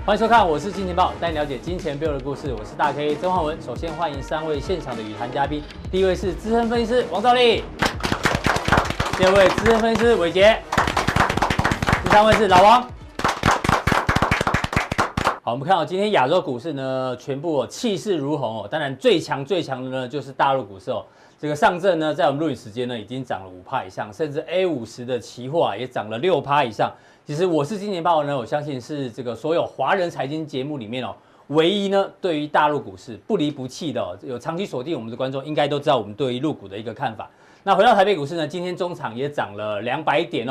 欢迎收看，我是金钱豹，带你了解金钱背后的故事。我是大 K 曾焕文。首先欢迎3位现场的语坛嘉宾，第一位是资深分析师王兆立，第二位资深分析师伟杰，第三位是老王。好，我们看到今天亚洲股市呢，全部气势如虹哦。当然最强的呢就是大陆股市哦。这个上证呢，在我们录影时间呢，已经涨了5%以上，甚至 A50的期货也涨了6%以上。其实我是金钱豹呢，我相信是这个所有华人财经节目里面唯一呢对于大陆股市不离不弃的有长期锁定我们的观众应该都知道我们对于陆股的一个看法。那回到台北股市呢，今天中场也涨了200点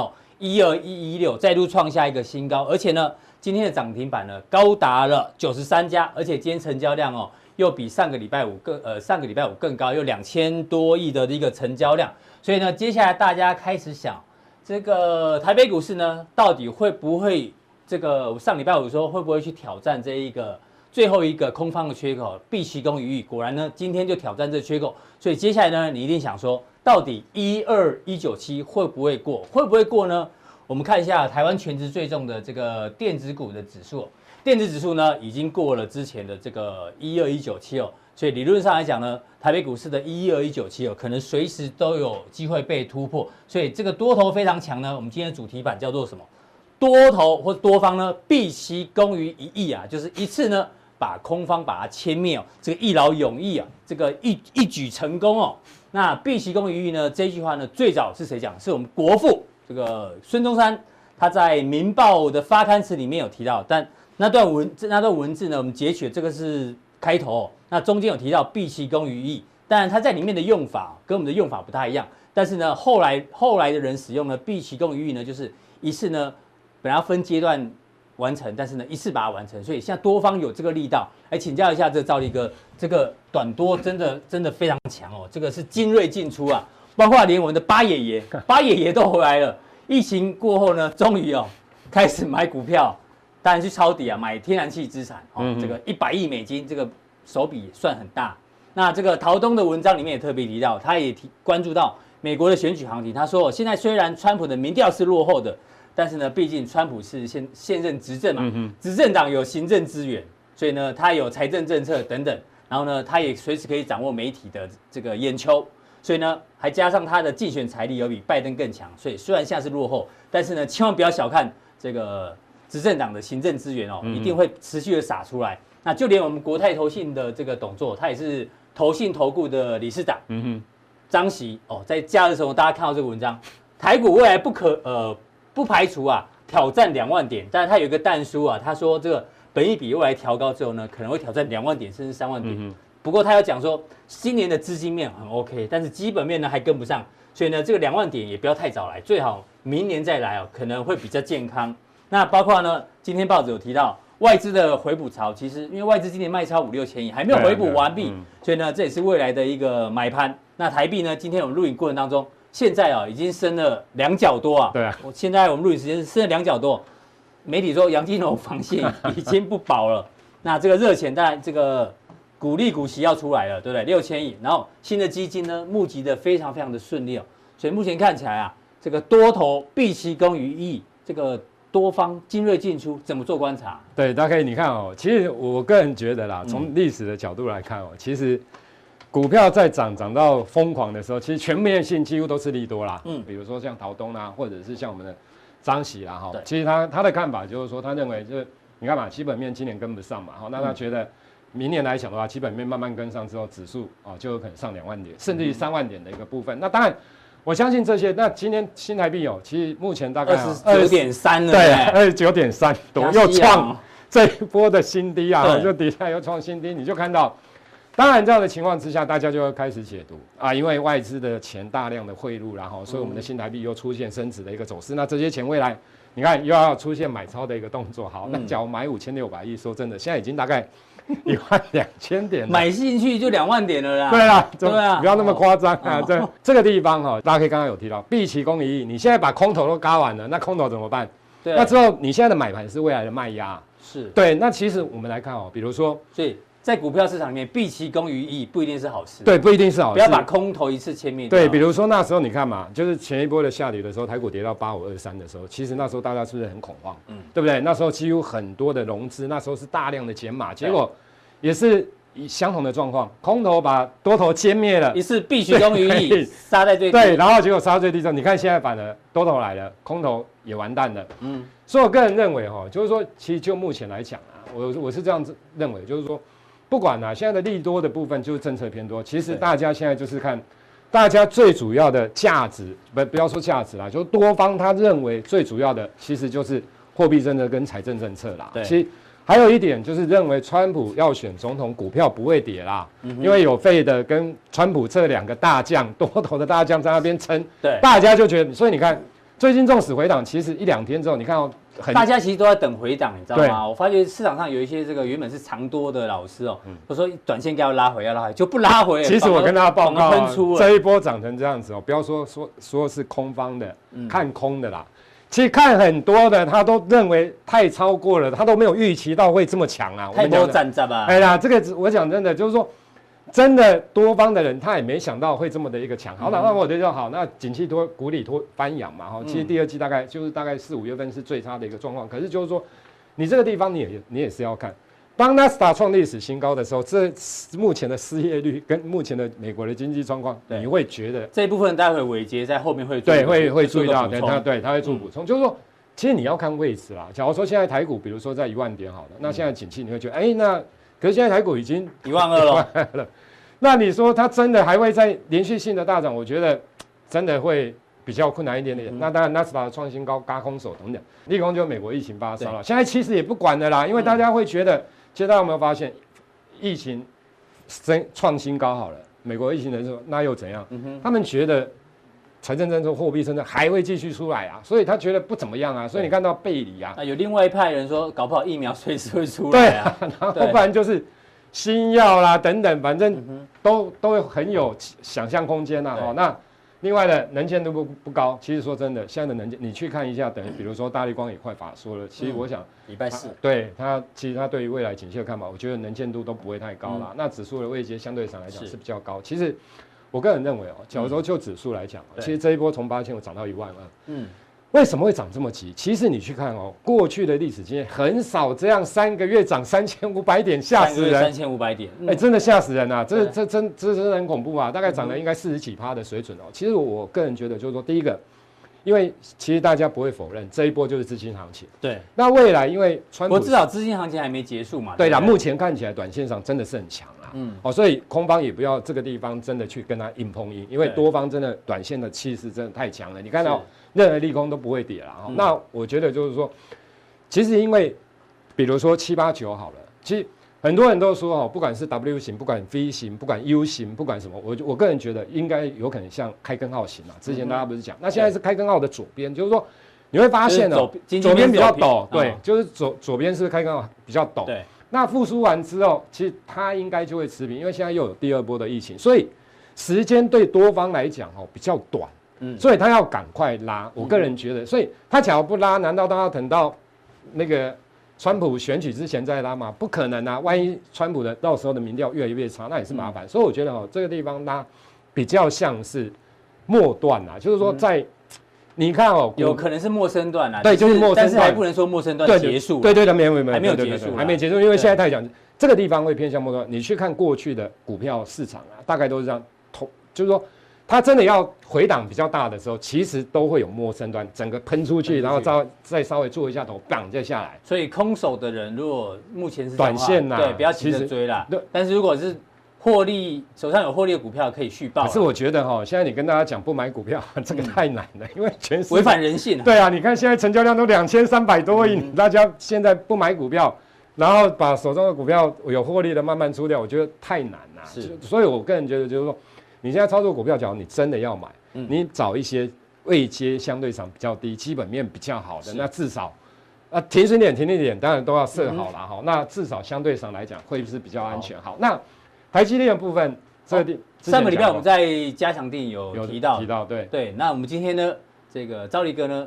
12116，再度创下一个新高，而且呢，今天的涨停板呢高达了93家，而且今天成交量又比上个礼拜五更高，有2000多亿的一个成交量。所以呢，接下来大家开始想，这个台北股市呢，到底会不会这个上礼拜五说会不会去挑战这一个最后一个空方的缺口，毕其功于一？果然呢，今天就挑战这缺口。所以接下来呢，你一定想说，到底12197会不会过？会不会过呢？我们看一下台湾全值最重的这个电子股的指数。电子指数呢，已经过了之前的这个12197所以理论上来讲呢，台北股市的12197可能随时都有机会被突破。所以这个多头非常强呢，我们今天的主题版叫做什么？多头或多方呢，毕其功于一役啊，就是一次呢把空方把它歼灭这个一劳永逸啊，这个一举成功那毕其功于一役呢，这句话呢最早是谁讲？是我们国父这个孙中山，他在《民报》的发刊词里面有提到，但那段文字呢，我们截取这个是开头那中间有提到毕其功于一役，当然它在里面的用法跟我们的用法不太一样，但是呢，后来的人使用呢毕其功于一役呢，就是一次呢本来要分阶段完成，但是呢一次把它完成，所以现在多方有这个力道。来请教一下这个兆立哥，这个短多真的非常强这个是精锐进出啊，包括连我们的八爷爷都回来了。疫情过后呢，终于开始买股票。当然去抄底买天然气资产这个100亿美金，这个手笔算很大。那这个陶东的文章里面也特别提到，他也关注到美国的选举行情。他说，现在虽然川普的民调是落后的，但是呢，毕竟川普是现任执政嘛，执政党有行政资源，所以呢，他有财政政策等等，然后呢，他也随时可以掌握媒体的这个眼球，所以呢，还加上他的竞选财力有比拜登更强，所以虽然现在是落后，但是呢，千万不要小看这个执政党的行政资源一定会持续的撒出来。那就连我们国泰投信的这个董座，他也是投信投顾的理事长，张席在假日的时候，大家看到这个文章，台股未来不排除挑战2万点，但是他有一个但书他说这个本益比未来调高之后呢，可能会挑战2万点甚至3万点。不过他要讲说，今年的资金面很 OK， 但是基本面呢还跟不上，所以呢这个2万点也不要太早来，最好明年再来可能会比较健康。那包括呢，今天报纸有提到外资的回补潮，其实因为外资今年卖超5-6千亿，还没有回补完毕，所以呢，这也是未来的一个买盘。那台币呢，今天我们录影过程当中，现在已经升了2角多对啊， 现在我们录影时间是升了2角多，媒体说杨金龙防线已经不保了。那这个热钱当然这个股利股息要出来了，对不对？6千亿，然后新的基金呢募集的非常的顺利所以目前看起来这个多头毕其功于一役，这个多方精锐进出，怎么做观察？ 对，大概你看其实我个人觉得啦，从历史的角度来看其实股票在涨到疯狂的时候，其实全面性几乎都是利多啦。比如说像陶东或者是像我们的张席啦其实他的看法就是说，他认为就是你看嘛，基本面今年跟不上嘛那他觉得明年来讲的话，基本面慢慢跟上之后，指数就有可能上2万点，甚至于3万点的一个部分。那当然。我相信这些。那今天新台币其实目前大概 29.3了， 对，29.3多，又创这一波的新低就底下又创新低，你就看到，当然这样的情况之下，大家就要开始解读因为外资的钱大量的汇入，然后所以我们的新台币又出现升值的一个走势。那这些钱未来你看又要出现买超的一个动作，好，那假如买5600亿，说真的，现在已经大概12000点了， 买进去就2万点了啦。 对啊，不要那么夸张这个地方大家可以刚刚有提到毕其功于一役，你现在把空头都嘎完了，那空头怎么办？ 对， 那之后你现在的买盘是未来的卖压， 是对。 那其实我们来看比如说， 所以在股票市场里面，毕其功于一不一定是好事。 对，不一定是好事。 不要把空头一次歼灭掉。 对，比如说那时候你看嘛，就是前一波的下跌的时候，台股跌到8523的时候，其实那时候大家是不是很恐慌？对不对？那时候几乎很多的融资，那时候是大量的减码，结果也是相同的状况，空头把多头歼灭了， 一次必须功于一，杀在最低。 对，然后结果杀到最低之后，你看现在反而多头来了，空头也完蛋了。所以我个人认为就是说，其实就目前来讲啊，我是这样子认为，就是说。不管现在的利多的部分就是政策偏多，其实大家现在就是看，大家最主要的价值，不要说价值啦，就多方他认为最主要的，其实就是货币政策跟财政政策啦。其实还有一点就是认为川普要选总统，股票不会跌啦，因为有费的跟川普这两个大将，多头的大将在那边撑，对，大家就觉得，所以你看最近纵使回档，其实一两天之后，你看大家其实都在等回档，你知道吗？我发觉市场上有一些这个原本是长多的老师都说短线要拉回，就不拉回。 其实我跟大家报告这一波涨成这样子不要说是空方的，看空的啦。其实看很多的，他都认为太超过了，他都没有预期到会这么强啊。 太多战战吧？ 哎呀，这个我讲真的，就是说。真的多方的人，他也没想到会这么的一个强。好，那我觉得好，那景气谷底翻扬嘛，其实第二季大概4、5月份是最差的一个状况。可是就是说，你这个地方你也是要看，当纳斯达创历史新高的时候，这目前的失业率跟目前的美国的经济状况，你会觉得这一部分待会伟杰在后面会会注意到，他会做补充，就是说。其实你要看位置啦。假如说现在台股，比如说在1万点好了，那现在景气你会觉得，那可是现在台股已经 12000 了。那你说它真的还会再连续性的大涨？我觉得真的会比较困难一点点。那当然，纳斯达克创新高、嘎空手等等，利空就美国疫情发烧了。现在其实也不管了啦，因为大家会觉得，其实大家有没有发现，疫情创新高好了，美国疫情人数那又怎样？他们觉得财政政策、货币政策还会继续出来啊，所以他觉得不怎么样啊。所以你看到贝里啊， 有另外一派人说，搞不好疫苗随时会出来啊， 然后不然就是。新药啦等等，反正都会很有想象空间啦。那另外的能见度不高，其实说真的，现在的能见你去看一下，等于比如说大立光也快法说了，其实我想礼拜4， 对其实他对于未来景气的看法，我觉得能见度都不会太高啦。那指数的位阶相对上来讲是比较高。其实我个人认为假如说就指数来讲，其实这一波从8500涨到12000，为什么会涨这么急？其实你去看过去的历史经验很少这样3个月涨3500点，吓死人 ！3500点， 真的吓死人啊！这真的很恐怖啊！大概涨了应该40几%的水准其实我个人觉得就是说，第一个，因为其实大家不会否认这一波就是资金行情。 对。 那未来因为川普， 我至少资金行情还没结束嘛。 对啦，目前看起来短线上真的是很强啦。所以空方也不要这个地方真的去跟他硬碰硬，因为多方真的短线的气势真的太强了。你看到。任何利空都不会跌啦。那我觉得就是说，其实因为比如说7、8、9好了，其实很多人都说不管是 W 型，不管 V 型，不管 U 型，不管什么，我个人觉得应该有可能像开根号型嘛。之前大家不是讲，那现在是开根号的左边，就是说你会发现左边比较陡，对，就是左边是开根号比较陡。对，那复苏完之后，其实它应该就会持平，因为现在又有第2波的疫情，所以时间对多方来讲比较短。所以他要赶快拉，我个人觉得，所以他假如不拉，难道他要等到那个川普选举之前再拉吗？不可能啊！万一川普的到时候的民调越来越差，那也是麻烦。所以我觉得这个地方拉比较像是末段啊，就是说在你看有可能是末升段啊， 对，就是末升段， 但是还不能说末升段结束。 对，没有， 还没有结束， 还没结束，因为现在太讲这个地方会偏向末段。你去看过去的股票市场啊，大概都是这样，就是说。它真的要回档比较大的时候，其实都会有末升段，整个喷出去，然后再稍微做一下头，砰再下来。 所以空手的人，如果目前是短线对，不要急着追啦。对，但是如果是获利，手上有获利的股票可以续报。 可是我觉得现在你跟大家讲不买股票，这个太难了，因为全是违反人性。 对啊，你看现在成交量都2300多亿，大家现在不买股票，然后把手中的股票有获利的慢慢出掉，我觉得太难了。所以我个人觉得就是说。你现在操作股票，假如你真的要买，你找一些位阶相对上比较低、基本面比较好的，那至少，停损点、停利点当然都要设好了那至少相对上来讲会是比较安全。好，那台积电的部分， 上个礼拜我们在加强定有提到， 对。 那我们今天呢，这个兆立哥呢，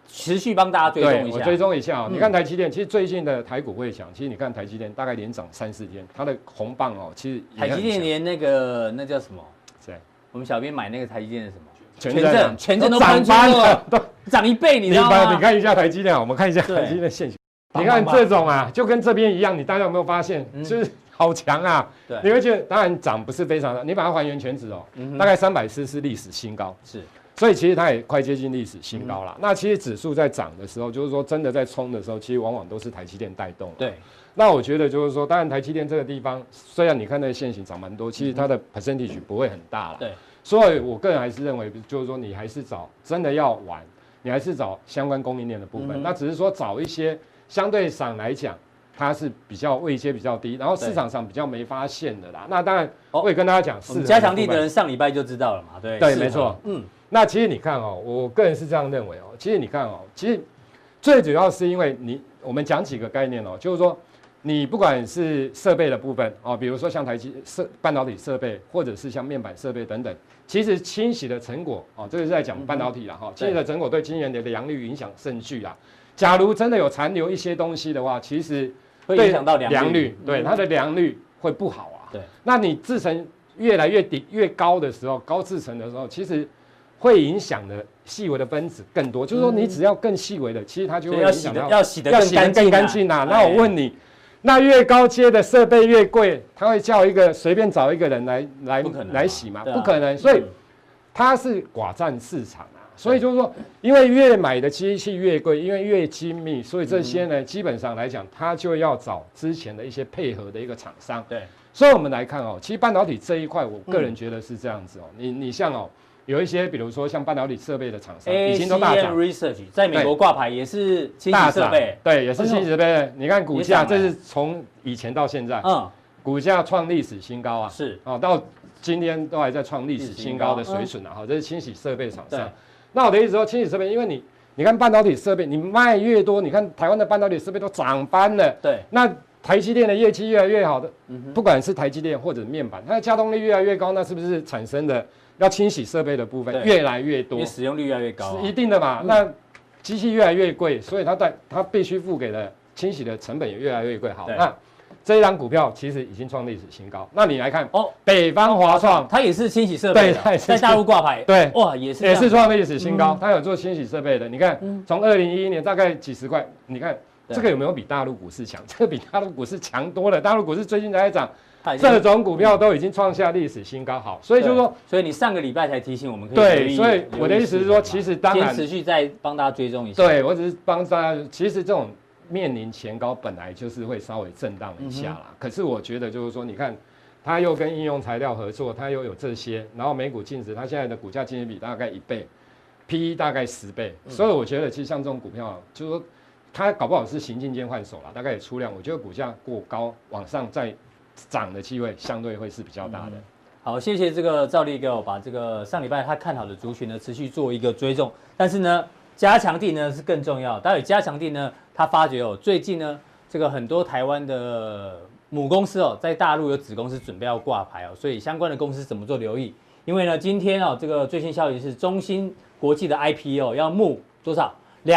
持续帮大家追踪一下。 我追踪一下你看台积电，其实最近的台股会强，其实你看台积电大概连涨3-4天，它的红棒其实台积电连那叫什么？对，我们小编买那个台积电的什么？全证都喷出了，涨1倍，你知道吗？ 你看一下台积电，我们看一下台积电的现形。你看这种就跟这边一样，大家有没有发现？就是好强啊！对，你会觉得当然涨不是非常大，你把它还原全值大概340是历史新高，是，所以其实它也快接近历史新高了。那其实指数在涨的时候，就是说真的在冲的时候，其实往往都是台积电带动。对，那我觉得就是说，当然台积电这个地方，虽然你看那个现形涨蛮多，其实它的 percentage 不会很大了。对，所以我个人还是认为，就是说你还是找真的要玩，你还是找相关供应链的部分。那只是说找一些相对上来讲，它是比较位阶比较低，然后市场上比较没发现的啦。那当然，我也跟大家讲， 加强地的人上礼拜就知道了嘛，对， 对，没错，那其实你看我个人是这样认为其实你看其实最主要是因为我们讲几个概念就是说，你不管是设备的部分比如说像半导体设备，或者是像面板设备等等，其实清洗的成果这个是在讲半导体啦清洗的成果对今年的良率影响甚巨啦。假如真的有残留一些东西的话，其实会影响到良率， 对它的良率会不好对，那你制程越来越高的时候，高制程的时候，其实会影响的细微的分子更多。就是说，你只要更细微的，其实它就会影响到要洗得更干净啊。那我问你，那越高阶的设备越贵，他会叫随便找一个人来洗吗？不可能，所以它是寡占市场。所以就是说，因为越买的机器越贵，因为越精密，所以这些呢，基本上来讲，它就要找之前的一些配合的一个厂商。对，所以我们来看其实半导体这一块，我个人觉得是这样子你像有一些，比如说像半导体设备的厂商，已经都大涨。 Research 在美国挂牌也是清洗设备， 对，也是清洗设备。你看股价，这是从以前到现在，股价创历史新高是到今天都还在创历史新高的水准这是清洗设备厂商。那我的意思说，清洗设备，因为你看半导体设备，你卖越多，你看台湾的半导体设备都涨翻了。对，那台积电的业绩越来越好的，不管是台积电或者面板，它的稼动率越来越高，那是不是产生的要清洗设备的部分越来越多？ 因为使用率越来越高， 是一定的嘛。那机器越来越贵，所以它必须付给的清洗的成本也越来越贵。好，那这一档股票其实已经创历史新高。那你来看北方华创， 它也是清洗设备的，在大陆挂牌。 对， 哇，也是创历史新高。它有做清洗设备的，你看从2011年大概几十块，你看这个有没有比大陆股市强？这个比大陆股市强多了。大陆股市最近才涨，这种股票都已经创下历史新高。好，所以就是说， 所以你上个礼拜才提醒我们可以对，所以我的意思是说，其实当然持续在帮大家追踪一下。 对，我只是帮大家，其实这种面临前高本来就是会稍微震荡一下啦。可是我觉得就是说，你看它又跟应用材料合作，它又有这些，然后每股净值，它现在的股价净值比大概1倍 ，PE 大概10倍，所以我觉得其实像这种股票，就是说它搞不好是行进间换手啦，大概也出量，我觉得股价过高往上再涨的机会相对会是比较大的。 好，谢谢这个赵力给我把这个上礼拜他看好的族群呢持续做一个追踪，但是呢加强地呢是更重要。待会加强地呢，他发觉最近呢这个很多台湾的母公司在大陆有子公司准备要挂牌所以相关的公司怎么做留意？因为呢今天这个最新消息是中芯国际的 IPO 要募多少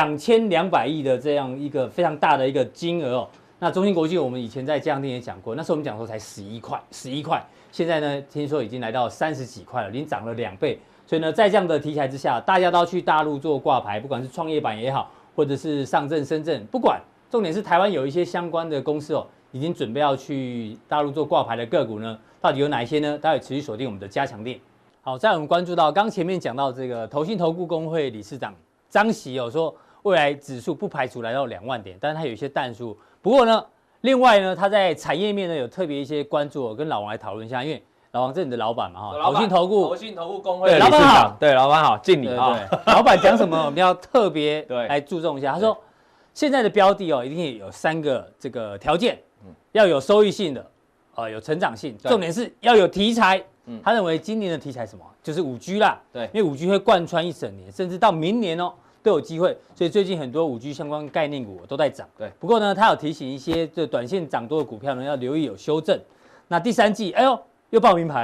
？2200亿的这样一个非常大的一个金额那中芯国际我们以前在加强地也讲过，那时候我们讲说才11块，现在呢听说已经来到30几块了，已经涨了2倍。所以呢，在这样的题材之下，大家都要去大陆做挂牌，不管是创业板也好，或者是上证、深圳，不管，重点是台湾有一些相关的公司已经准备要去大陆做挂牌的个股呢，到底有哪一些呢？待会持续锁定我们的加强店。好，在我们关注到刚前面讲到这个投信投顾公会理事长张喜说，未来指数不排除来到2万点，但是他有一些但书。不过呢，另外呢，他在产业面呢有特别一些关注跟老王来讨论一下，因为老王，这是你的老板嘛投信投顾公会， 老板好，对，老板好，敬礼老板讲什么，我们要特别来注重一下。他说，现在的标的一定有3个这个条件，要有收益性的，有成长性，重点是要有题材。他认为今年的题材什么，就是 5G 啦，对，因为 5G 会贯穿一整年，甚至到明年都有机会，所以最近很多 5G 相关概念股都在涨。对，不过呢，他有提醒一些这短线涨多的股票呢，要留意有修正。那第3季，哎呦。又报名牌了，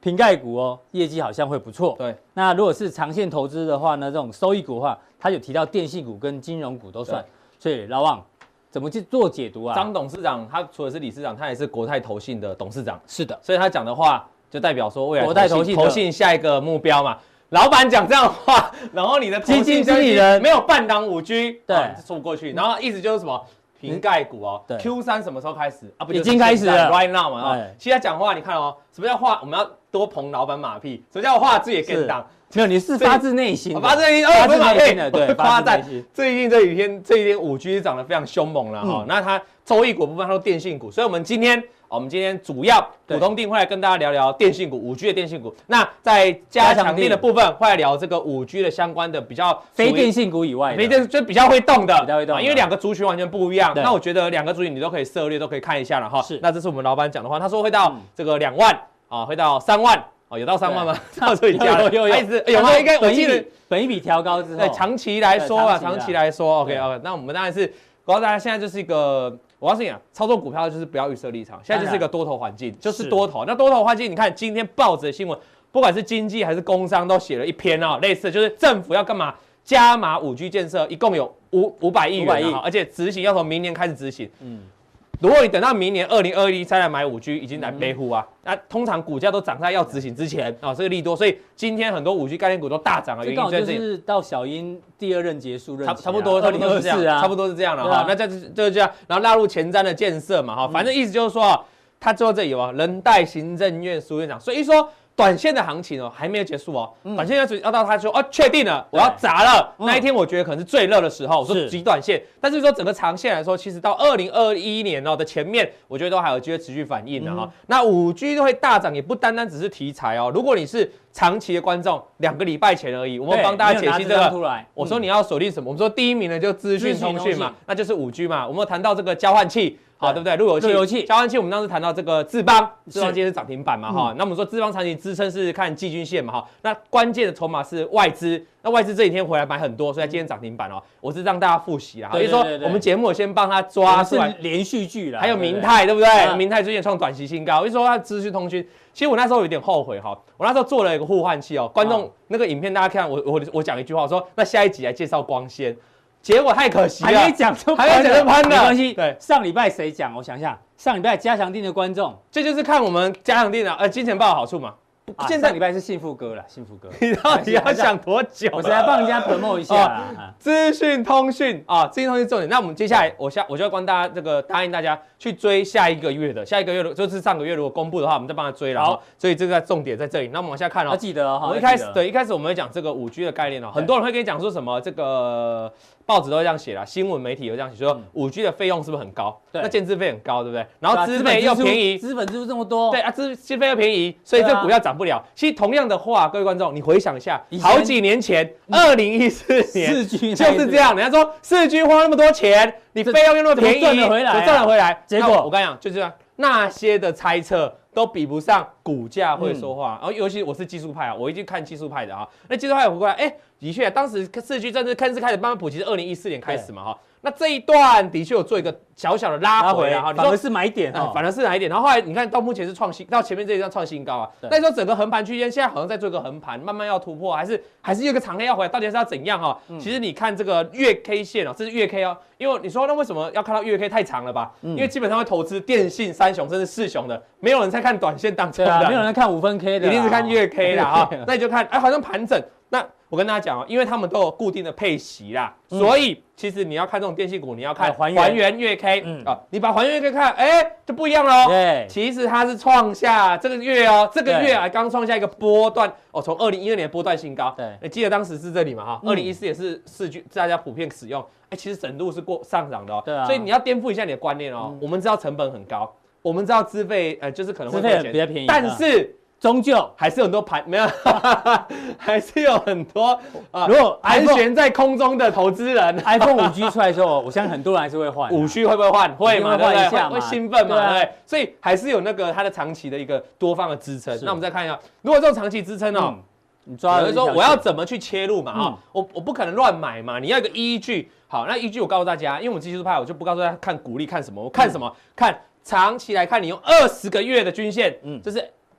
瓶盖股哦，业绩好像会不错。 对， 那如果是长线投资的话呢，这种收益股的话，他有提到电信股跟金融股都算。所以老王怎么去做解读啊？ 张董事长他除了是理事长，他也是国泰投信的董事长。 是的， 所以他讲的话就代表说未来国泰投信下一个目标嘛。老板讲这样的话，然后你的基金经理人没有半档5G， 对， 说不过去。然后意思就是什么？瓶盖股哦对 ，Q3什么时候开始啊？不已经开始了 ，right now 嘛。现在讲话，你看哦，什么叫话？我们要多捧老板马屁。什么叫话自己跟档？ 没有，你是发自内心， 发自内心，不是马屁的，对， 夸赞。最近这几天5G 涨得非常凶猛了哈。那它收益股部分，它都电信股，所以我们今天主要股东定会来跟大家聊聊电信股，5G 的电信股。那在加强定的部分，会来聊这个5G 的相关的比较非电信股以外的，就比较会动的， 因为两个族群完全不一样。那我觉得两个族群你都可以涉猎，都可以看一下了哈。 是， 那这是我们老板讲的话，他说会到这个2万啊，会到3万。有到3万吗？到这里加了，有吗？应该我记得本益比调高之后， 对，长期来说，OK，那我们当然是告诉大家，现在就是一个，我告诉你啊，操作股票就是不要预设立场，现在就是一个多头环境，就是多头。那多头环境，你看今天报纸的新闻，不管是经济还是工商，都写了一篇啊，类似就是政府要干嘛？加码5G 建设，一共有500亿元，而且执行要从明年开始执行。如果你等到明年2021再来买5G，已经来背负啊。那通常股价都涨在要执行之前啊，这个利多，所以今天很多5G 概念股都大涨啊。 原因就是到小英第2任结束任期， 差不多是这样，差不多是这样了哈。那就是这样，然后纳入前瞻的建设嘛哈，反正意思就是说，他最后这里有人代行政院苏院长，所以说。短线的行情还没有结束哦，短线要到他说确定了，我要砸了，那一天我觉得可能是最热的时候。我说极短线，但是说整个长线来说，其实到2021年的前面，我觉得都还有机会持续反应的哈。那5G 都会大涨，也不单单只是题材哦。如果你是长期的观众，2个礼拜前而已，我们帮大家解析这个。我说你要锁定什么？我们说第一名呢就资讯通讯嘛，那就是 5G 嘛。我们有谈到这个交换器。好，对不对？路由器、交换器，我们当时谈到这个智邦今天是涨停板嘛，哈。那我们说智邦长期支撑是看季均线嘛，哈。那关键的筹码是外资，那外资这几天回来买很多，所以今天涨停板哦。我是让大家复习啦，所以说我们节目我先帮他抓出来连续剧啦， 还有明泰，对不对？明泰最近创短期新高，我就说它资讯通讯。其实我那时候有点后悔哈，我那时候做了一个互换器哦，观众那个影片大家看，我讲一句话，我说那下一集来介绍光纤。结果太可惜了， 还没讲就喷了， 没关系。 对， 上礼拜谁讲？我想一下，上礼拜加强定的观众， 这就是看我们加强定的金钱豹的好处嘛。 现在上礼拜是幸福哥了，幸福哥， 你到底要想多久？ 我是来帮人家 promote 一下资讯通讯啊，资讯通讯重点。那我们接下来，我就要跟大家这个答应大家去追下一个月的就是上个月如果公布的话，我们再帮他追了。好，所以这个重点在这里。那我们往下看哦， 要记得哦。 我一开始我们会讲这个5G 的概念哦，很多人会跟你讲说什么这个。报纸都会这样写啦，新闻媒体有这样写，说5G 的费用是不是很高？对，那建制费很高，对不对？然后资费又便宜， 资本支出这么多， 对啊，资费又便宜，所以这股票涨不了。其实同样的话，各位观众，你回想一下，好几年前，2014年 4G 就是这样，人家说4G 花那么多钱，你费用又那么便宜， 赚了回来， 结果我跟你讲，就这样，那些的猜测。都比不上股价会说话，然后尤其我是技术派啊，我一定看技术派的啊。那技术派我过来，的确，当时4G 正式开始慢慢普及，是2014年开始嘛哈。那这一段的确有做一个小小的拉回啊， 反而是买点啊， 反而是买点。然后后来你看到目前是创新，到前面这一段创新高啊。那你说整个横盘区间现在好像在做一个横盘，慢慢要突破，还是有一个长黑要回来，到底是要怎样哈？其实你看这个月 K 线哦，这是月 K 哦，因为你说那为什么要看到月 K 太长了吧？因为基本上会投资电信3雄甚至4雄的，没有人在看短线当中的， 没有人看5分 K 的， 一定是看月 K 的啊。那你就看好像盘整。那我跟大家讲哦，因为他们都有固定的配息啦，所以其实你要看这种电信股，你要看还原月 K 啊，你把还原月 K 看，就不一样了哦。对，其实它是创下这个月哦，这个月刚创下一个波段哦，从2012年波段新高。对，你记得当时是这里嘛哈，2014也是4G大家普遍使用，其实整度是上涨的哦。对啊，所以你要颠覆一下你的观念哦。我们知道成本很高，我们知道资费就是可能会比较便宜， 但是。 终究还是有很多没有，还是有很多如果盘旋在空中的投资人 ，iPhone 5G 出来的时候，我相信很多人还是会换。 5G 会不会换？会嘛，对不对？会兴奋嘛，对不对？所以还是有那个它的长期的一个多方的支撑。那我们再看一下，如果这种长期支撑哦，你抓有人说我要怎么去切入嘛？我不可能乱买嘛，你要一个依据。好，那依据我告诉大家，因为我们技术派，我就不告诉大家看股利看什么，我看什么？看长期来看，你用20个月的均线，这是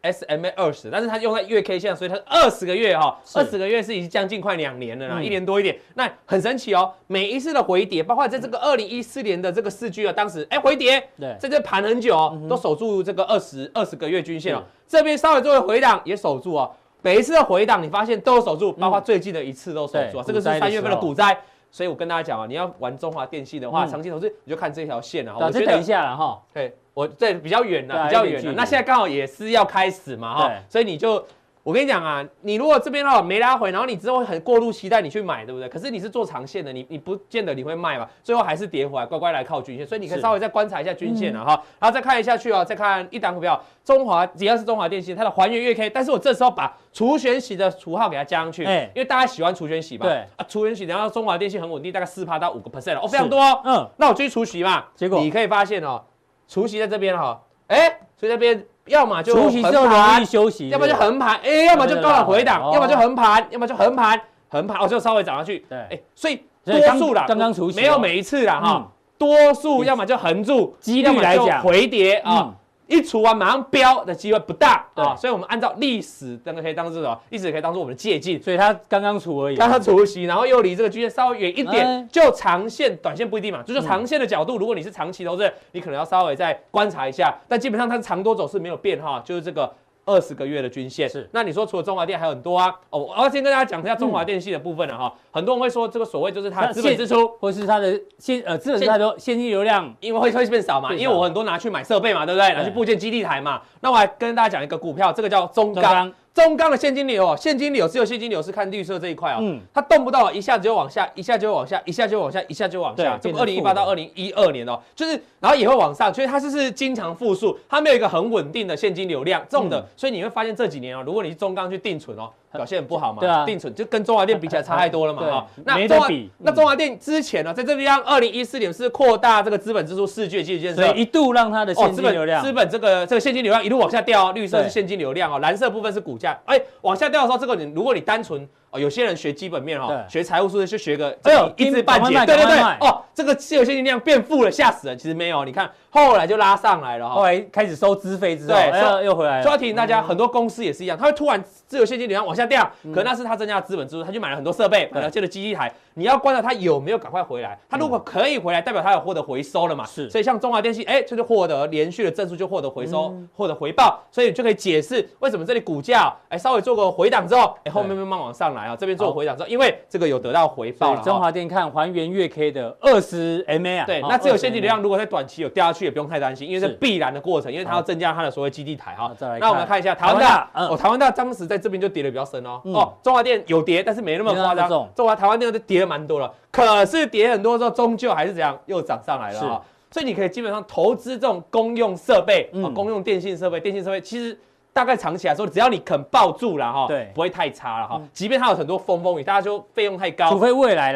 SMA 20，但是它用在月 K 线，所以它是20个月哈，20个月是已经将近快2年了啦，1年多一点。那很神奇哦，每一次的回跌，包括在这个2014年的这个4G啊，当时回跌，在这盘很久哦，都守住这个20个月均线哦，这边稍微做个回档也守住哦。每一次的回档，你发现都有守住，包括最近的一次都守住啊。这个是3月份的股灾，所以我跟大家讲啊，你要玩中华电信的话，长期投资你就看这条线啊。 我觉得等一下了哈， 对，我这比较远了，比较远了。那现在刚好也是要开始嘛哈，所以你就。我跟你讲啊，你如果这边没拉回，然后你之后很过度期待你去买，对不对？可是你是做长线的，你不见得你会卖嘛，最后还是跌回来，乖乖来靠均线，所以你可以稍微再观察一下均线啊哈，然后再看一下去啊，再看一档股票，只要是中华电信，它的还原月 K， 但是我这时候把除权息的除号给它加上去，因为大家喜欢除权息嘛，对啊，除权息，然后中华电信很稳定，大概4%到5%哦，非常多哦，那我继续除息嘛，结果你可以发现哦，除息在这边哈，所以这边。要么就除息之后容易休息， 要么就横盘，要么就高档回档，要么就横盘，要么就横盘，就稍微涨上去。对，所以多数啦， 刚刚除息没有每一次啦哈，多数要么就横住， 几率来讲回跌啊。一除完马上飙的机会不大啊，所以我们按照历史可以当做什么？历史可以当做我们的借鉴。 所以它刚刚除而已， 刚刚除息，然后又离这个均线稍微远一点，就长线、短线不一定嘛，就是长线的角度，如果你是长期投资人，你可能要稍微再观察一下，但基本上它是长多走势没有变哈，就是这个。20个月的均线是，那你说除了中华电还有很多啊，我要先跟大家讲一下中华电信的部分了哈。很多人会说这个所谓就是它的资本支出，或是它的资本太多，现金流量因为会变少嘛，因为我很多拿去买设备嘛，对不对？拿去部件基地台嘛。那我还跟大家讲一个股票，这个叫中钢。中钢的现金流只有现金流是看绿色这一块哦，它动不到一下子就往下，一下就往下，一下就往下，一下就往下。这2018到2012年哦，就是然后也会往上，所以它是经常负数，它没有一个很稳定的现金流量这种的，所以你会发现这几年哦，如果你是中钢去定存哦。表现很不好嘛，对啊，定存就跟中华电比起来差太多了嘛，哈。那中华电之前呢，在这地方2014年是扩大这个资本支出4G的基础建设， 所以一度让它的现金流量， 资本这个现金流量一路往下掉，绿色是现金流量哦，蓝色部分是股价，往下掉的时候，这个如果你单纯。有些人学基本面学财务数字就学个一知半解，对，这个自由现金量变负了，吓死人。其实没有，你看后来就拉上来了， 后来开始收资费之后，对，又回来了。 所以要提醒大家，很多公司也是一样，它会突然自由现金流量往下掉，可那是它增加资本支出，它去买了很多设备，买了这个基地台，你要观察它有没有赶快回来。它如果可以回来，代表它有获得回收了嘛？是。所以像中华电信，这就获得连续的正数，就获得回收，获得回报，所以就可以解释为什么这里股价稍微做个回档之后，后面慢慢往上来啊，这边做回档。因为这个有得到回报了， 中华电看还原月 K 的20 MA 啊， 对，那自由现金流量如果在短期有掉下去，也不用太担心，因为是必然的过程，因为它要增加它的所谓基地台哈。那我们看一下台湾大，台湾大当时在这边就跌得比较深哦，中华电有跌，但是没那么夸张，台湾电就跌了蛮多了，可是跌很多之后，终究还是怎样又涨上来了哈。所以你可以基本上投资这种公用设备公用电信设备其实。大概长期来说，只要你肯抱住了哈，对，不会太差了哈。即便它有很多风雨，大家就费用太高， 除非未来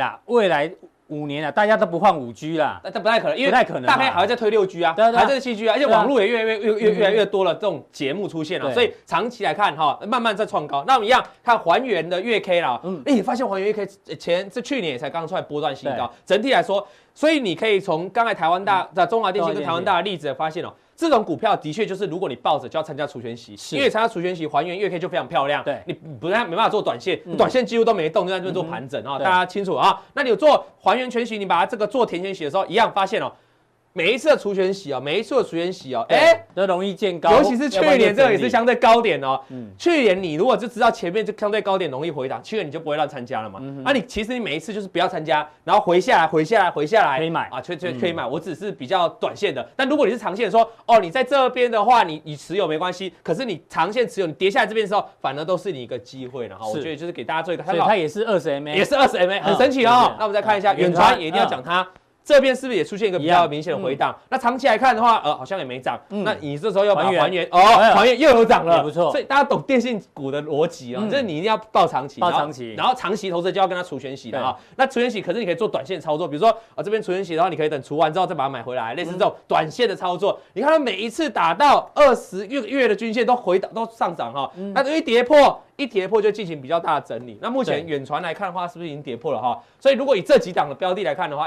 5年了，大家都不换5G 啦， 但不太可能，因为大概还会再推6G 啊，还在7G 啊，而且网络也越来越多了这种节目出现了，所以长期来看哈，慢慢在创高。那我们一样看还原的月 K 啦，你发现还原月 K 去年也才刚出来波段新高，整体来说，所以你可以从刚才台湾大的中华电信跟台湾大的例子发现这种股票的确就是，如果你抱着就要参加除权息，因为参加除权息还原月 K 就非常漂亮。对，你没办法做短线，短线几乎都没动，就在这边做盘整大家清楚啊。那你有做还原权息，你把它这个做填权息的时候，一样发现每一次的除权息都容易见高， 尤其是去年这个也是相对高点去年你如果就知道前面就相对高点容易回档，去年你就不会乱参加了嘛。其实你每一次就是不要参加，然后回下来， 可以买可以买。我只是比较短线的，但如果你是长线说你在这边的话，你持有没关系，可是你长线持有，你跌下来这边的时候，反而都是你一个机会了哈。我觉得就是给大家做一个参考。 它也是20 MA， 也是20 MA， 很神奇哦。那我们再看一下远传，也一定要讲它。这边是不是也出现一个比较明显的回档？那长期来看的话，好像也没涨。那你这时候要把它还原，还原又有涨了， 也不错。 所以大家懂电信股的逻辑就是你一定要抱长期，然后长期投资就要跟它除权息的那除权息可是你可以做短线操作，比如说这边除权息，然后你可以等除完之后再把它买回来，类似这种短线的操作。你看它每一次打到20月的均线都回档都上涨那一跌破就进行比较大的整理。那目前远传来看的话，是不是已经跌破了所以如果以这几档的标的来看的话，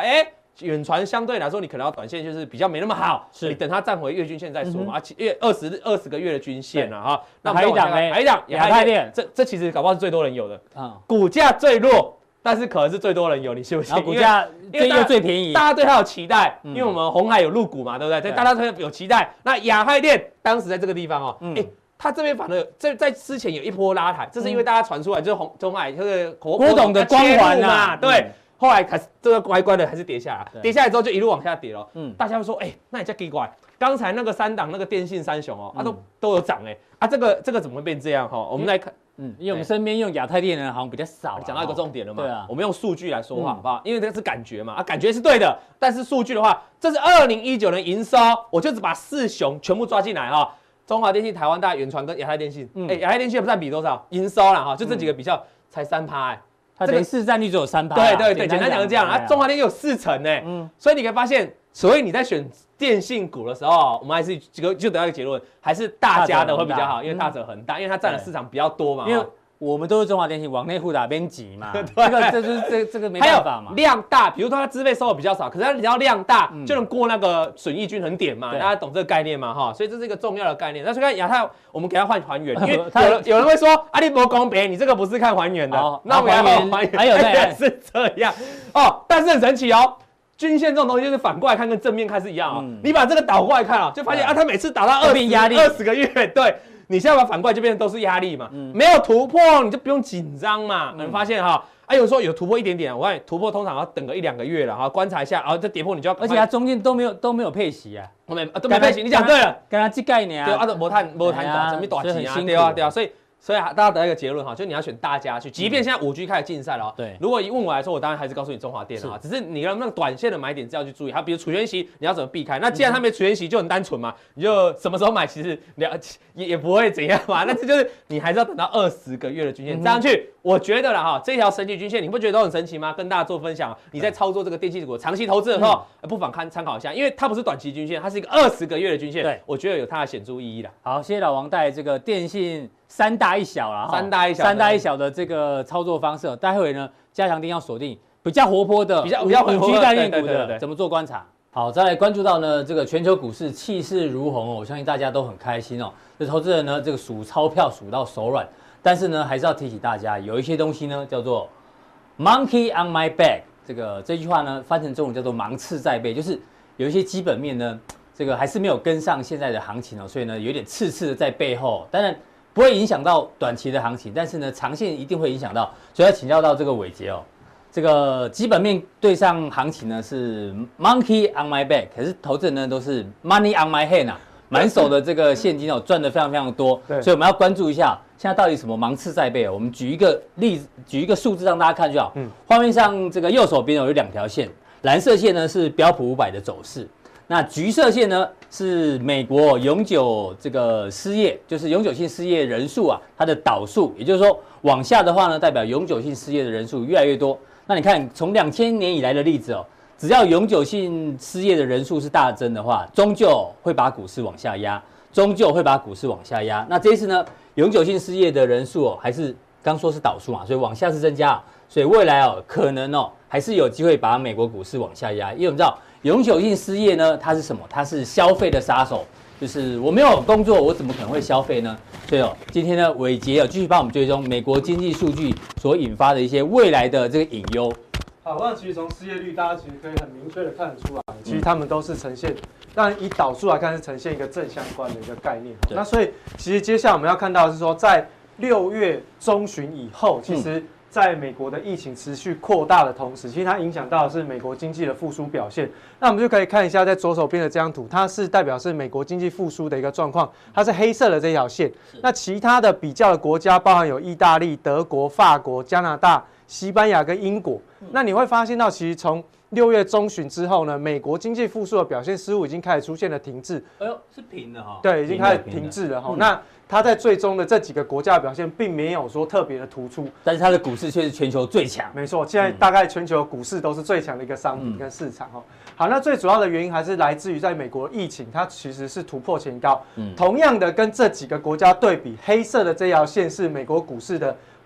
远传相对来说，你可能要短线就是比较没那么好，你等它站回月均线再说嘛，月20个月的均线了哈。 那还一档呢？ 还一档亚太电， 这其实搞不好是最多人有的股价最弱，但是可能是最多人有，你信不信？ 股价又最便宜， 大家对它有期待，因为我们红海有入股嘛，对不对？对，大家对它有期待。那亚太电当时在这个地方哦，它这边反而在之前有一波拉抬，这是因为大家传出来就是红海这个郭董的光环嘛，对。后来还是这个乖乖的还是跌下来，跌下来之后就一路往下跌了。大家会说，那你叫奇怪，刚才那个3档那个电信三雄哦，都有涨这个怎么会变这样哈？我们来看， 因为我们身边用亚太电的人好像比较少。 讲到一个重点了嘛， 对啊， 我们用数据来说话好不好？因为这是感觉嘛，感觉是对的，但是数据的话，这是2019年营收，我就只把4雄全部抓进来哈。中华电信、台湾大、远传跟亚太电信，亚太电信不占比多少？营收啦哈，就这几个比较才3% 它这个市占率只有3%。 对，简单讲是这样中华电信有40%所以你可以发现，所以你在选电信股的时候，我们还是就得到一个结论，还是大家的会比较好，因为大者恒大，因为它占的市场比较多嘛。因为我们都是中华电信，往内互打边挤嘛。这个没办法嘛。 量大，比如说它资费收的比较少，可是它只要量大就能过那个损益均衡点嘛，大家懂这个概念嘛哈？所以这是一个重要的概念。那所以看亚太，我们给它换还原，因为有人会说啊，你不公平，你这个不是看还原的，那我们要还原， 还有是这样但是很神奇哦。均线这种东西就是反过来看，跟正面看是一样你把这个倒过来看就发现它每次打到20个月，对。你现在把反过来就变成都是压力嘛，没有突破你就不用紧张嘛。你发现有时候有突破一点点，我看突破通常要等个1-2个月了观察一下，这跌破你就要， 而且它中间都没有配息啊， 都没配息，你讲对了， 跟它这概念对没谈短，什么短期对啊，所以大家得到一个结论就你要选大家去，即便现在5G 开始竞赛了对，如果问我来说，我当然还是告诉你中华电只是你那个短线的买点是要去注意，比如储权息你要怎么避开？那既然它没储权息就很单纯嘛，你就什么时候买其实也不会怎样嘛，但是就是你还是要等到20个月的均线上去。我觉得啦这条神奇均线你不觉得都很神奇吗？跟大家做分享，你在操作这个电器股长期投资的时候，不妨参考一下，因为它不是短期均线，它是一个20个月的均线，对，我觉得有它的显著意义啦。 好，谢谢老王带这个电信3大1小啦 ，3大1小的这个操作方式，待会呢加强定要锁定比较活泼的、 比较活泼的概念股的怎么做观察。好，再来关注到呢这个全球股市气势如虹我相信大家都很开心这投资人呢这个数钞票数到手软。但是呢，还是要提醒大家，有一些东西呢叫做 "monkey on my back"， 这句话呢翻成中文叫做"芒刺在背"，就是有一些基本面呢，这个还是没有跟上现在的行情所以呢有点刺的在背后。当然不会影响到短期的行情，但是呢长线一定会影响到。所以要请教到这个伟捷这个基本面对上行情呢是 "monkey on my back"， 可是投资人呢都是 "money on my hand" 满手的这个现金赚得非常非常多，所以我们要关注一下现在到底什么芒刺在背我们举一个例子，举一个数字让大家看就好。画面上这个右手边有2条线，蓝色线呢是标普500的走势，那橘色线呢是美国永久这个失业，就是永久性失业人数它的导数，也就是说往下的话呢，代表永久性失业的人数越来越多。那你看从2000年以来的例子只要永久性失业的人数是大增的话，终究会把股市往下压，那这一次呢，永久性失业的人数还是刚说是导数嘛，所以往下是增加，所以未来可能还是有机会把美国股市往下压，因为我们知道永久性失业呢，它是什么？它是消费的杀手，就是我没有工作，我怎么可能会消费呢？所以今天呢，伟捷继续帮我们追踪美国经济数据所引发的一些未来的这个隐忧。 好，那其实从失业率，大家其实可以很明确的看得出来，其实他们都是呈现，当然以导数来看是呈现一个正相关的一个概念。那所以其实接下来我们要看到的是说，在6月中旬以后，其实在美国的疫情持续扩大的同时，其实它影响到的是美国经济的复苏表现。那我们就可以看一下在左手边的这张图，它是代表是美国经济复苏的一个状况，它是黑色的这条线。那其他的比较的国家包含有意大利、德国、法国、加拿大、西班牙跟英国。那你会发现到，其实从6月中旬之后呢，美国经济复苏的表现似乎已经开始出现了停滞。 哎呦，是平的对，已经开始停滞了那它在最终的这几个国家的表现并没有说特别的突出， 但是它的股市却是全球最强。 没错，现在大概全球股市都是最强的一个商品跟市场好，那最主要的原因还是来自于在美国疫情，它其实是突破前高。同样的，跟这几个国家对比，黑色的这条线是美国股市的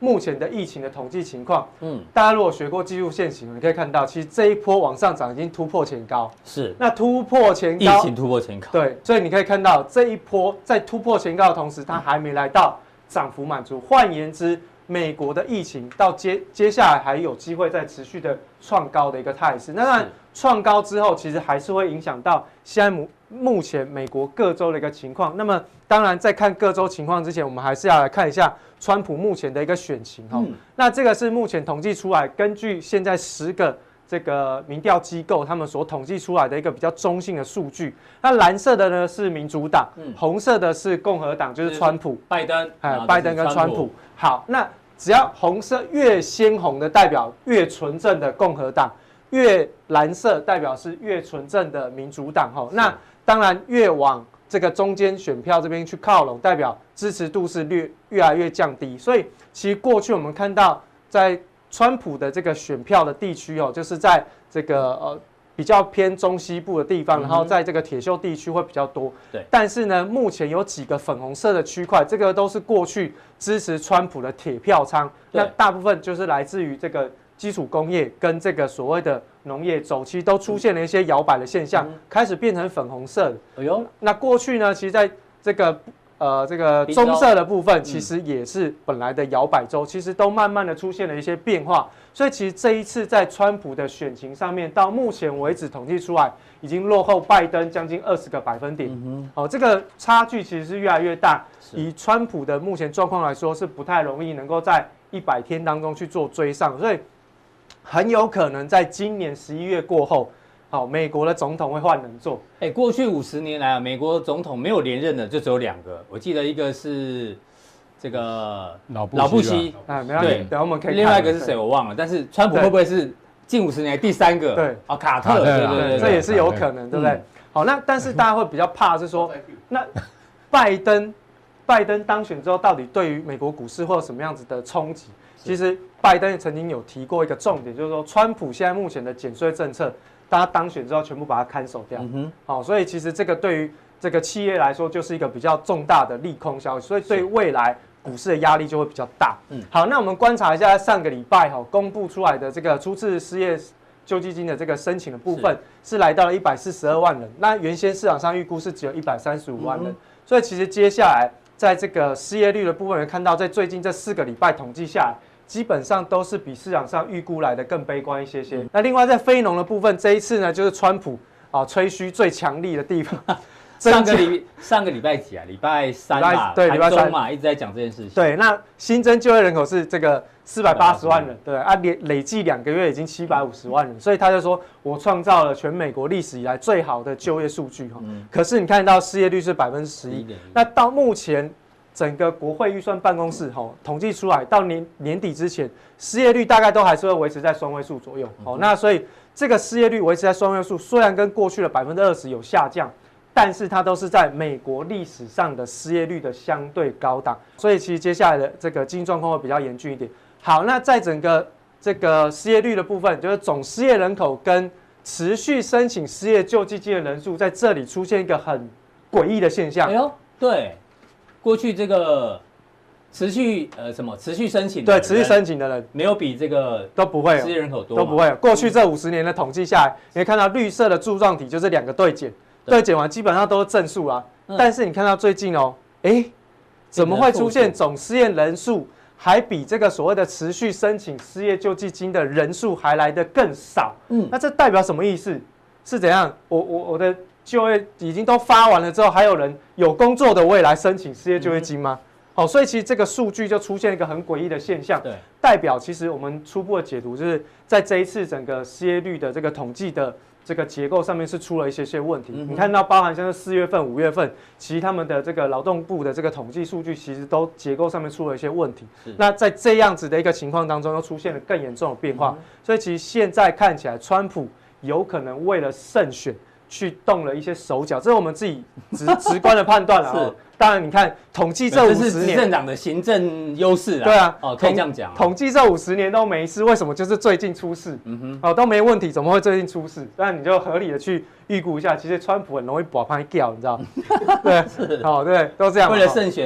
目前的疫情的统计情况。大家如果学过技术线型，你可以看到，其实这一波往上涨已经突破前高。 是。 那突破前高， 疫情突破前高。 对，所以你可以看到这一波在突破前高的同时，它还没来到涨幅满足。换言之，美国的疫情到接下来还有机会再持续的创高的一个态势。那当然，创高之后，其实还是会影响到现在目前美国各州的一个情况。那么，当然在看各州情况之前，我们还是要来看一下川普目前的一个选情哈。那这个是目前统计出来，根据现在10个这个民调机构他们所统计出来的一个比较中性的数据。那蓝色的呢是民主党，红色的是共和党，就是川普、 拜登， 拜登跟川普。好，那只要红色越鲜红的代表越纯正的共和党，越蓝色代表是越纯正的民主党哈。那当然越往这个中间选票这边去靠拢，代表支持度是越来越降低。所以其实过去我们看到在川普的这个选票的地区哦，就是在这个比较偏中西部的地方，然后在这个铁锈地区会比较多。 对， 但是呢，目前有几个粉红色的区块，这个都是过去支持川普的铁票仓。那大部分就是来自于这个基础工业跟这个所谓的农业周期都出现了一些摇摆的现象，开始变成粉红色的。哎呦，那过去呢，其实在这个棕色的部分，其实也是本来的摇摆州，其实都慢慢的出现了一些变化。所以其实这一次在川普的选情上面，到目前为止统计出来，已经落后拜登将近20个百分点。这个差距其实是越来越大。以川普的目前状况来说，是不太容易能够在100天当中去做追上，所以很有可能在今年11月过后。好，美国的总统会换人做。 过去50年来啊，美国总统没有连任的就只有2个，我记得一个是这个老布希， 对，等我们可以看。 另外一个是谁我忘了，但是川普会不会是近50年来第3个？ 对， 卡特，对， 这也是有可能，对不对？好，那但是大家会比较怕是说，那拜登当选之后，到底对于美国股市会有什么样子的冲击？其实拜登曾经有提过一个重点，就是说川普现在目前的减税政策。他当选之后，全部把它看守掉。好，所以其实这个对于这个企业来说，就是一个比较重大的利空消息，所以对未来股市的压力就会比较大。好，那我们观察一下上个礼拜公布出来的这个初次失业救济金的这个申请的部分，是来到了142万人。那原先市场上预估是只有135万人，所以其实接下来在这个失业率的部分，看到在最近这4个礼拜统计下来。基本上都是比市场上预估来的更悲观一些些。那另外在非农的部分，这一次呢就是川普吹嘘最强力的地方。 上个礼拜几啊？礼拜3嘛， 对，礼拜3 嘛，一直在讲这件事情。 对，那新增就业人口是这个480万人，对啊，累计2个月已经750万人，所以他就说我创造了全美国历史以来最好的就业数据哈。可是你看到失业率是11%，那到目前。整个国会预算办公室统计出来，到年底之前，失业率大概都还是会维持在双位数左右。那所以这个失业率维持在双位数，虽然跟过去的20%有下降，但是它都是在美国历史上的失业率的相对高档。所以其实接下来的这个经济状况会比较严峻一点。好，那在整个这个失业率的部分，就是总失业人口跟持续申请失业救济金的人数，在这里出现一个很诡异的现象。 哎呦，对。过去这个持续申请对持续申请的人没有比这个都不会失业人口多都不会。过去这50年的统计下来，你会看到绿色的柱状体就是2个对减，对减完基本上都是正数啊。但是你看到最近怎么会出现总失业人数还比这个所谓的持续申请失业救济金的人数还来得更少？那这代表什么意思？是怎样？我的就业已经都发完了之后，还有人有工作的，我也来申请失业救济金吗？所以其实这个数据就出现一个很诡异的现象，对，代表其实我们初步的解读就是在这一次整个失业率的这个统计的这个结构上面是出了一些问题。你看到包含像是4月份、5月份，其实他们的这个劳动部的这个统计数据，其实都结构上面出了一些问题。那在这样子的一个情况当中，又出现了更严重的变化。所以其实现在看起来，川普有可能为了胜选。去动了一些手脚，这是我们自己直观的判断了。当然，你看统计这50年， 这是执政党的行政优势啊。 对啊， 可以这样讲。 统计这50年都没事，为什么就是最近出事？都没问题，怎么会最近出事？当然你就合理的去预估一下，其实川普很容易把拍掉，你知道？对，对，都这样。 为了胜选，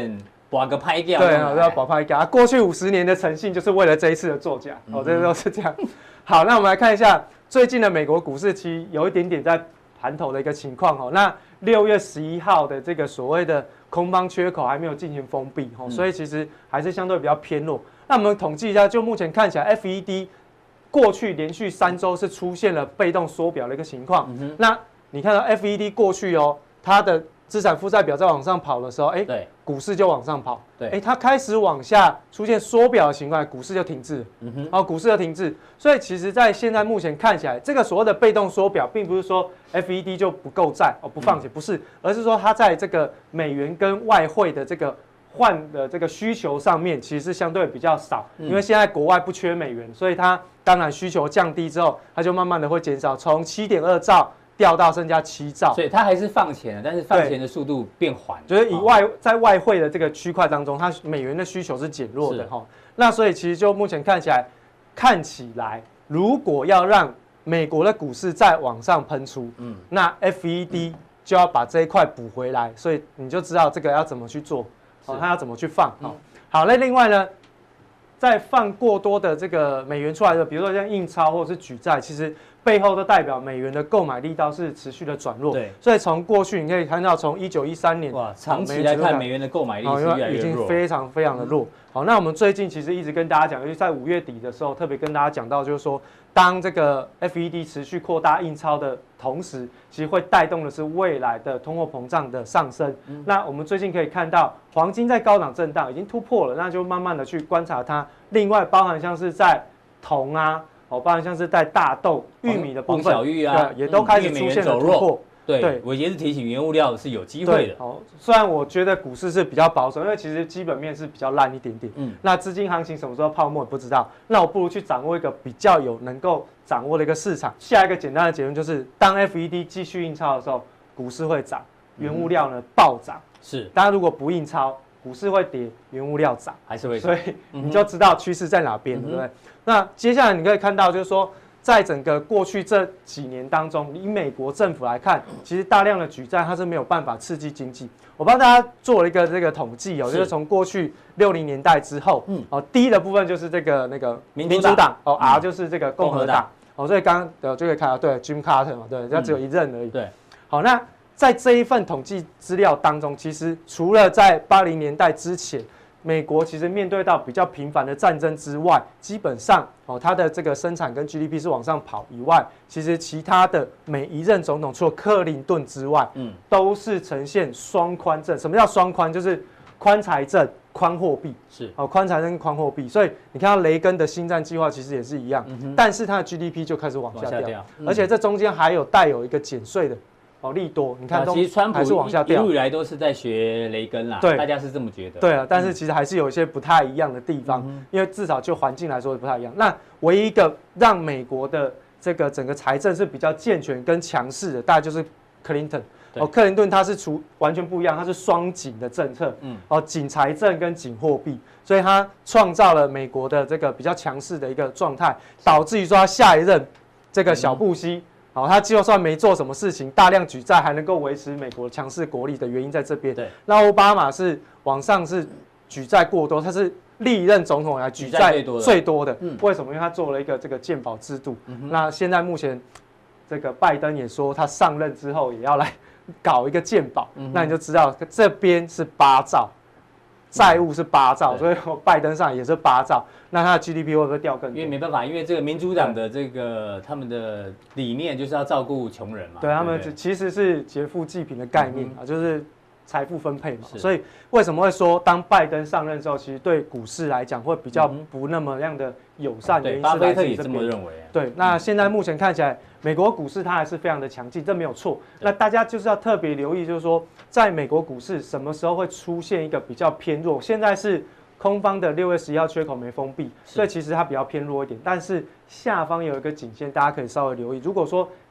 把个拍掉， 对啊，要把拍掉。过去50年的诚信就是为了这一次的作假，这都是这样。好，那我们来看一下最近的美国股市，其实有一点点在盘头的一个情况哦。那6月11号的这个所谓的空方缺口还没有进行封闭哦，所以其实还是相对比较偏弱。那我们统计一下，就目前看起来 ，FED 过去连续3周是出现了被动缩表的一个情况。那你看到 FED 过去哦，它的资产负债表在往上跑的时候，对，股市就往上跑。对，它开始往下出现缩表的情况，股市就停滞。股市就停滞。所以其实，在现在目前看起来，这个所谓的被动缩表，并不是说 FED 就不购债不放钱，不是，而是说它在这个美元跟外汇的这个换的这个需求上面，其实是相对比较少。因为现在国外不缺美元，所以它当然需求降低之后，它就慢慢的会减少，从7.2兆。掉到剩下7兆， 所以它还是放钱的，但是放钱的速度变缓， 就是在外汇的这个区块当中，它美元的需求是减弱的哈。那所以其实就目前看起来，如果要让美国的股市再往上喷出，那 FED 就要把这一块补回来，所以你就知道这个要怎么去做，它要怎么去放。好，那另外呢，在放过多的这个美元出来的，比如说像印钞或者是举债，其实背后都代表美元的购买力道是持续的转弱。对，所以从过去你可以看到，从1913年哇，长期来看，美元的购买力是越来越弱， 已经非常非常的弱。好，那我们最近其实一直跟大家讲，尤其在5月底的时候，特别跟大家讲到，就是说，当这个 FED 持续扩大印钞的同时，其实会带动的是未来的通货膨胀的上升。那我们最近可以看到，黄金在高档震荡已经突破了，那就慢慢的去观察它。另外，包含像是在铜啊。包含像是在大豆、玉米的部分， 小玉啊， 也都开始出现了突破。 对，我也是提醒原物料是有机会的。 虽然我觉得股市是比较保守，因为其实基本面是比较烂一点点。那资金行情什么时候泡沫也不知道。那我不如去掌握一个比较能够掌握的一个市场。下一个简单的结论就是，当 FED 继续印钞的时候，股市会涨，原物料呢暴涨。 是， 当然如果不印钞，股市会跌，原物料涨， 还是会涨， 所以你就知道趋势在哪边，对不对？那接下来你可以看到，就是说，在整个过去这几年当中，以美国政府来看，其实大量的举债它是没有办法刺激经济。我帮大家做了一个这个统计就是从过去60年代之后，D 的部分就是这个民主党，R 就是这个共和党，所以刚刚就可以看到，对 Jim Carter 嘛，对，它只有一任而已。对，好，那在这一份统计资料当中，其实除了在80年代之前，美国其实面对到比较频繁的战争之外，基本上它的这个生产跟 GDP 是往上跑以外，其实其他的每一任总统除了克林顿之外，都是呈现双宽政。什么叫双宽？就是宽财政、宽货币。是宽财政跟宽货币。所以你看到雷根的新战计划其实也是一样，但是它的 GDP 就开始往下掉，而且这中间还有带有一个减税的。利多，你看， 其实川普还是往下掉， 一路以来都是在学雷根啦，对，大家是这么觉得。 对啊，但是其实还是有一些不太一样的地方，因为至少就环境来说不太一样。那唯一一个让美国的这个整个财政是比较健全跟强势的，大概就是克林顿。克林顿他是完全不一样，他是双紧的政策，紧财政跟紧货币，所以他创造了美国的这个比较强势的一个状态，导致于说他下一任这个小布希。他就算没做什么事情，大量举债还能够维持美国强势国力的原因在这边。对，那奥巴马是往上是举债过多，他是历任总统来举债最多的。为什么？因为他做了一个这个健保制度。那现在目前这个拜登也说，他上任之后也要来搞一个健保。那你就知道这边是8兆。债务是8兆，所以拜登上也是8兆，那他的 GDP 会不会掉更多？ 因为没办法，因为这个民主党的这个他们的理念就是要照顾穷人嘛。 对，他们其实是劫富济贫的概念就是财富分配嘛。所以为什么会说当拜登上任之后，其实对股市来讲会比较不那么样的友善？ 对，巴菲特也这么认为。 对，那现在目前看起来，美国股市它还是非常的强劲，这没有错。那大家就是要特别留意，就是说，在美国股市什么时候会出现一个比较偏弱？现在是空方的6月11号缺口没封闭，所以其实它比较偏弱一点。但是下方有一个颈线，大家可以稍微留意。如果说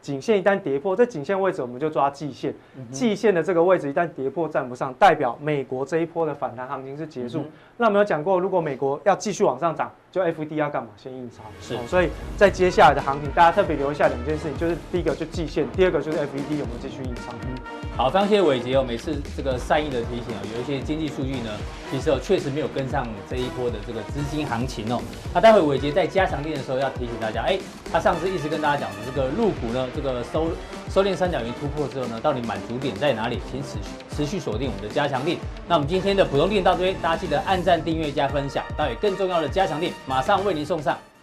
颈线一旦跌破，这颈线位置我们就抓季线，季线的这个位置一旦跌破站不上，代表美国这一波的反弹行情是结束。那我们有讲过，如果美国要继续往上涨，就 FED 要干嘛？先印钞。 是， 所以在接下来的行情，大家特别留意下2件事情，就是第一个就季线，第二个就是 FED 有没有继续印钞。 好，非常谢谢伟杰哦，每次这个善意的提醒哦，有一些经济数据呢，其实确实没有跟上这一波的这个资金行情哦。那待会伟杰在加强练的时候要提醒大家，他上次一直跟大家讲的这个陆股呢，这个收敛三角形突破之后呢，到底满足点在哪里？请持续锁定我们的加强练。那我们今天的普通练到这边，大家记得按赞、订阅、加分享。待会更重要的加强练马上为您送上。